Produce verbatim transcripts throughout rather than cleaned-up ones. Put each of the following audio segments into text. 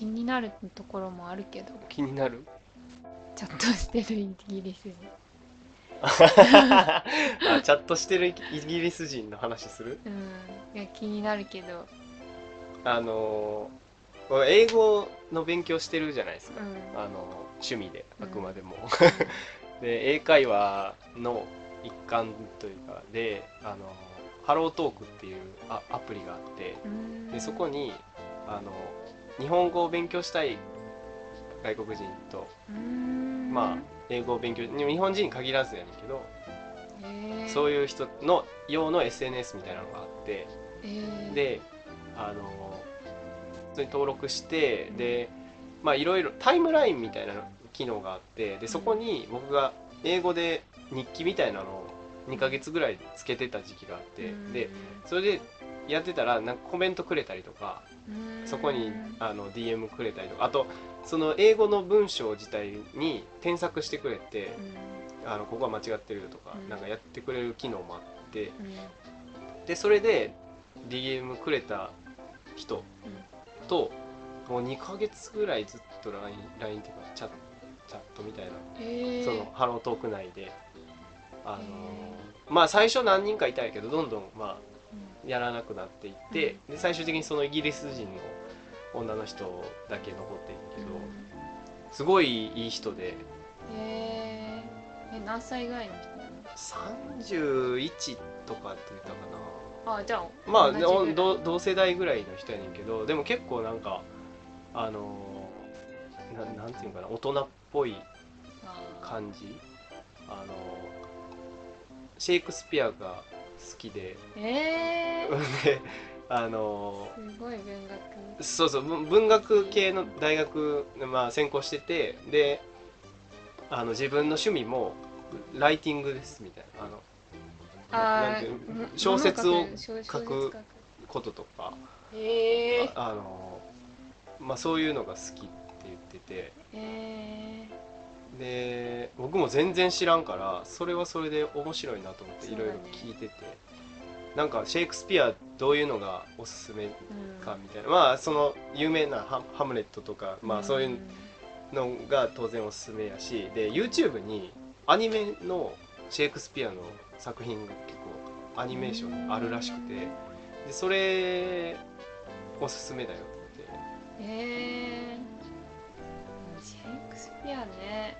気になるところもあるけど、 気になる。 チャットしてるイギリス人。 あ、チャットしてるイギリス人の話する。 うん、いや気になるけど。 あのー英語の勉強してるじゃないですか。 うんあの趣味であくまでも。 うで英会話の一環というかで、あのハロートークっていうア、アプリがあって、 んでそこにあの日本語を勉強したい外国人と、 うーんまあ英語を勉強、日本人に限らずやねんけど、 へえそういう人の用の エスエヌエス みたいなのがあって、 えー、 であの普通に登録して、 うんでまあいろいろタイムラインみたいな機能があって、でうんそこに僕が英語で日記みたいなのをにかげつぐらいつけてた時期があっうて、でんそれでやってたらなんかコメントくれたりとか、 うーんそこにあの ディーエム くれたりとか、あとその英語の文章自体に添削してくれて、あのここは間違ってるとか、 うんなんかやってくれる機能もあって、 うんうんでそれで ディーエム くれた人ともうにかげつぐらいずっと ライン, ラインっていうかチャチャットみたいな、 えー、 そのハロートーク内で、あのえまあ最初何人かいたんやけど、どんどんまあーやらなくなっていって、で最終的にそのイギリス人の女の人だけ残ってるけど、すごいいい人で、 うんえー、え何歳ぐらいの人なの？ さんじゅういちとかって言ったかあ、じゃあな。まあ同じぐらい。 同同世代ぐらいの人やねんけど、でも結構なんかあのななんていうのかな、大人っぽいあ感じ。あのシェイクスピアが好きで、 ーえであのー、すごい文学。 そうそう、文文学系の大学、まあ、専攻してて、であの自分の趣味もライティングですみたいな、あのななんあていうー、も小物を書説をく、小小説書く書く。 こととか、あ、 えあのまあ、そういうのが好きって言ってて、 ー、えで僕も全然知らんから、それはそれで面白いなと思っー、 ていろいろそうだね。 聞いてて、なんかシェイクスピアどういうのがおすすめうんかみたいな、まあその有名なハハムレットとか、まあそういうのが当然おすすめやし、で YouTube にアニメのシェイクスピアの作品が結構アニメーションあるらしくて、でそれおすすめだよってうんえー、シェイクスピアね。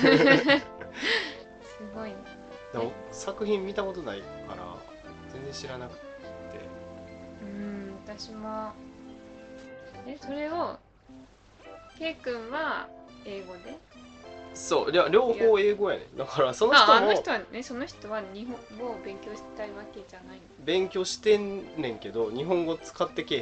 すごいね。 でも作品見たことないから全然知らなくて。 うん、私も。え、それを、ケイ君は英語でそう、両両いや、 方英語やね。だからそのあ、 人もあの人はね、その人は日本語を勉強したいわけじゃないの。 勉強してんねんけど日本語使ってけえへん。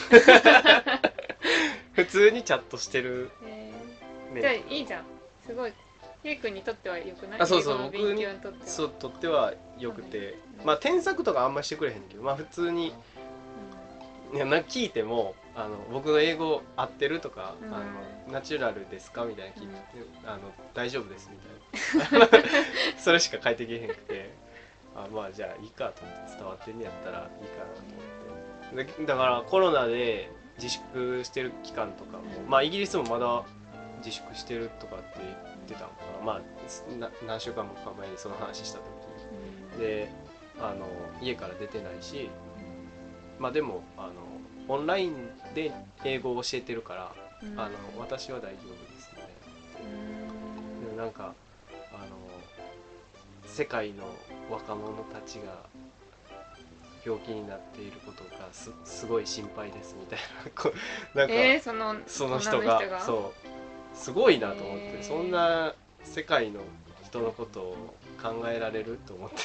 普通にチャットしてるえー、じゃあねんけど。 いいじゃん。すごい。ケイ君にとっては良くない？ あ、そう英語そう、 の勉僕に強にとっては。 そうとってはよくて、 うんまあ添削とかあんましてくれへんけど、まあ普通に、いやなんか聞いても、あの僕の英語合ってるとか、 うんあのナチュラルですかみたいな聞いて、あの大丈夫ですみたいなそれしか書いてけえへんくて、あ、まあじゃあいいかと思って、伝わってんねやったらいいかなと思って。でだからコロナで自粛してる期間とかも、 うんまあイギリスもまだ自粛してるとかって言ってたのかな、まあな何週間もか前にその話した時うんで、あの家から出てないし、まあでもあのオンラインで英語を教えてるから、 うんあの私は大丈夫ですね。でもなんかあの世界の若者たちが病気になっていることが す, すごい心配ですみたいなこうなんかえー、そのその女人がの人がそうすごいなと思って、 えーそんな世界の人のことを考えられると思って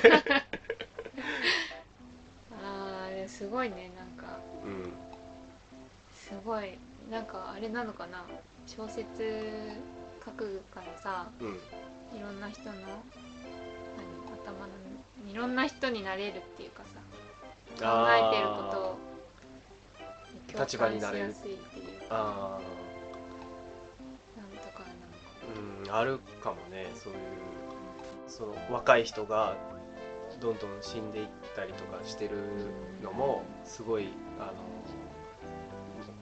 あーすごいね。なんかうんすごいなんかあれなのかな、小説書くからさ、 うんいろんな人の何頭のいろんな人になれるっていうかさ、考えてることあをー共立場になれる。 感しやすいっていうか、 あなんとかなのか。 ーうんあるかもね、そういうその若い人がどんどん死んでいったりとかしてるのもすごいあの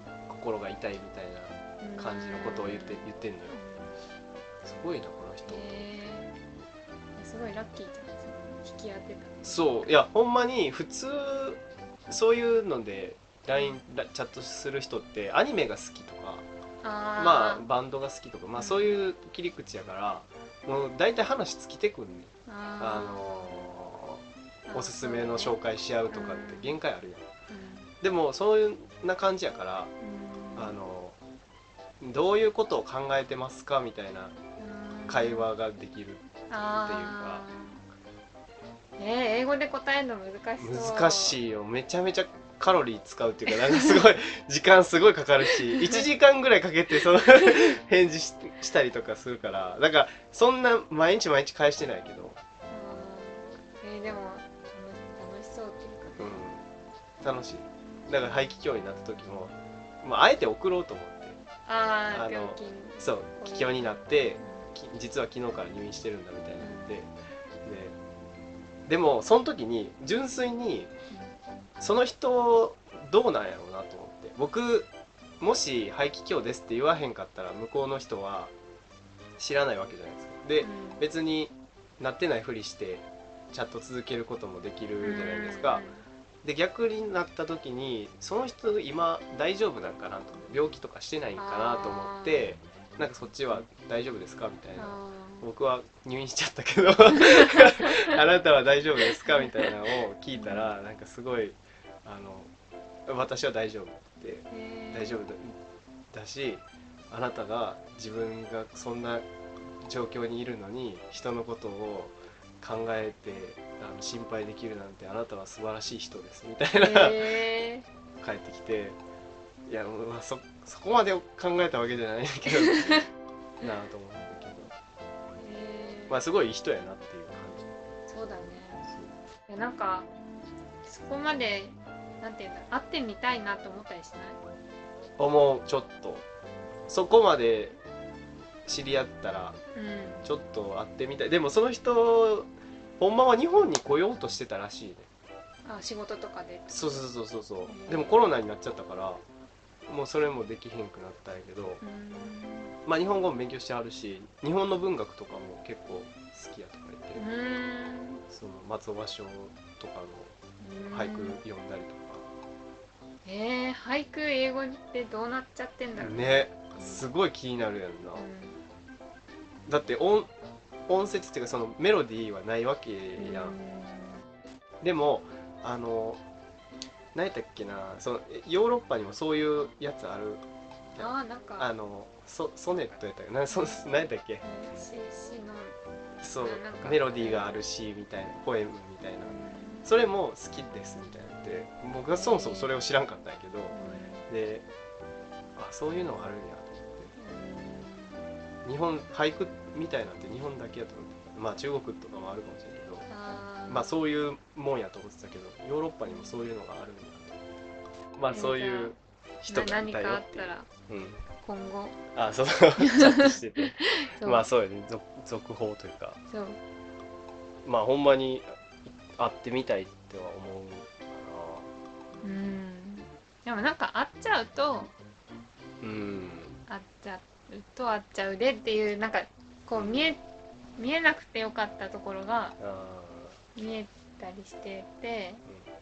心が痛いみたいな感じのことを言って言ってんのよ。すごいなこの人。 へーすごいラッキーじゃん。引き当てた。 そういやほんまに普通そういうので ライン チャットする人ってアニメが好きとかあーまあバンドが好きとかまあうんそういう切り口やからもう大体話尽きてくんねん。ああのーーおすすめの紹介し合うとかって限界あるやん。 うんでもそういうな感じやからうんあのどういうことを考えてますかみたいな会話ができる。 あーえー、英語で答えるの難しそう。 難しいよめちゃめちゃカロリー使うっていうかなんかすごい時間すごいかかるしいちじかんぐらいかけてその返事 し, したりとかするからだからそんな毎日毎日返してないけど、 あーえー、でも楽楽しそうっていうかね、 うん、楽しい。だから肺気胸になった時も、まあ、あえて送ろうと思ってあああの病気そう気胸になってき実は昨日から入院してるんだみたいな言ってででもその時に純粋にその人どうなんやろうなと思って僕もし肺気胸ですって言わへんかったら向こうの人は知らないわけじゃないですか。でうん別になってないふりしてチャット続けることもできるじゃないですか。で逆になった時にその人今大丈夫なんかなと病気とかしてないんかなと思ってなんかそっちは大丈夫ですかみたいなあ僕は入院しちゃったけどあなたは大丈夫ですかみたいなのを聞いたらなんかすごいあの私は大丈夫ってー大丈夫だ、だしあなたが自分がそんな状況にいるのに人のことを考えてあの心配できるなんてあなたは素晴らしい人ですみたいな、 へ帰ってきていや、まあ、そ, そこまで考えたわけじゃないけどなあと思ったけどえまあすごいいい人やなっていう感じ。 そうだね。いやなんかそこまでなんていうんだ会ってみたいなと思ったりしない？ 思うちょっとそこまで知り合ったらうんちょっと会ってみたい。でもその人ほんまは日本に来ようとしてたらしいね。 あ仕事とかで。 そうそうそうそうそうでもコロナになっちゃったからもうそれもできへんくなったんやけど、 うんまあ日本語も勉強してはるし日本の文学とかも結構好きやとかう言って、 んその松尾芭蕉とかの俳句読んだりとえー、俳句英語ってどうなっちゃってんだろうかねすごい気になるやんな。 うだって音音節っていうかそのメロディーはないわけんやん、 うんでもあの何やったっけなそのヨーロッパにもそういうやつあるあーなんかあの ソ, ソネットやったっけなそ何やったっけししのそうななんかメロディーがあるしみたいなポエムみたいなそれも好きですみたいなって僕はそもそもそれを知らんかったんやけどであそういうのあるんやと思って日本俳句みたいなんて日本だけやと思ってまあ中国とかもあるかもしれないけどあまあそういうもんやと思ってたけどヨーロッパにもそういうのがあるんやまあそういう人がいたよ何かあっいうってたらうん今後あそうチャットしててそうまあそうやね続続報というかそうまあほんまに会ってみたいっては思ううんでもなんか会っちゃうとかなうん会っちゃうと会っちゃうでっていうなんかこう見え見えなくてよかったところがあ見えたりしてて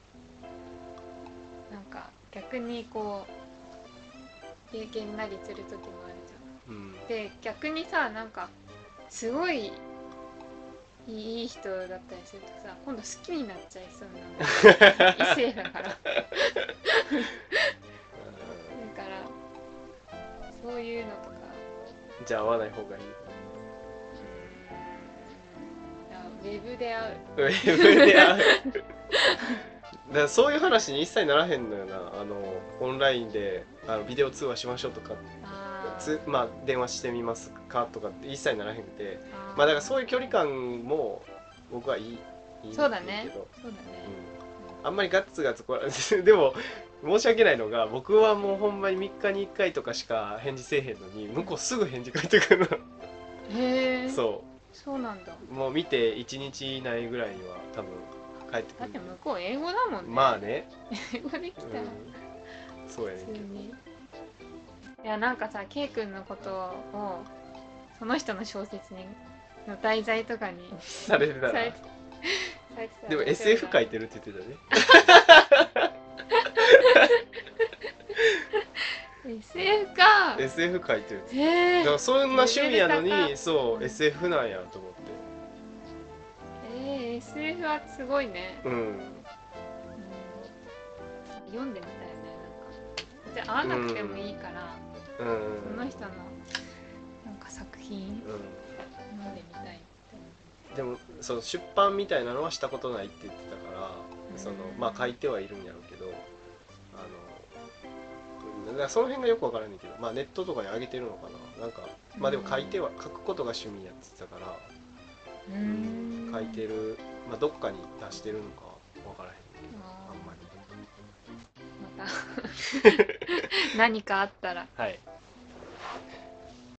なんか逆にこう経験なりする時もあるじーうんゃん。で逆にさなんかすごいいい人だったりするとさ今度好きになっちゃいそうな異性だからだからそういうのとかじゃあ会わない方がいいウェブで会うウェブで会うだからそういう話に一切ならへんのよなあのオンラインであのビデオ通話しましょうとかあつまあ電話してみますかとかって一切ならへんてあまあだからそういう距離感も僕はいいいいそうだねいいけど、 そうだね、 うん、あんまりガッツガツこらでも申し訳ないのが僕はもうほんまにみっかにいっかいとかしか返事せえへんのに向こうすぐ返事返ってくるうん、へえのそそうなんだうもう見ていちにち以内ぐらいには多分帰ってくるだって向こう英語だもんねまあね、 英語できたらうん、そうやねんけど普通にいやなんかさ K 君のことをその人の小説にの題材とかにされてたらされてされてたらでも エスエフ 書いてるって言ってたね。 エスエフ かエスエフ 書いてるって。 へえだからそんな趣味やのレベルにそう、 うんエスエフ なんやと思って。 えー、エスエフ はすごいね、 うんうん読んでみたいねなんかじゃあ会わなくてもいいから、 うんその人のなんか作品う読んでみたいってん、でもその出版みたいなのはしたことないって言ってたから、 うんそのまあ書いてはいるんやろうけど、あのだからその辺がよくわからんねんけど、まあネットとかに上げてるのかな、なんかまあでも書いては書くことが趣味やって言ってたから、 うーん書いてる、まあどっかに出してるのかわからへんけど、 あーあんまり。 また何かあったらはい。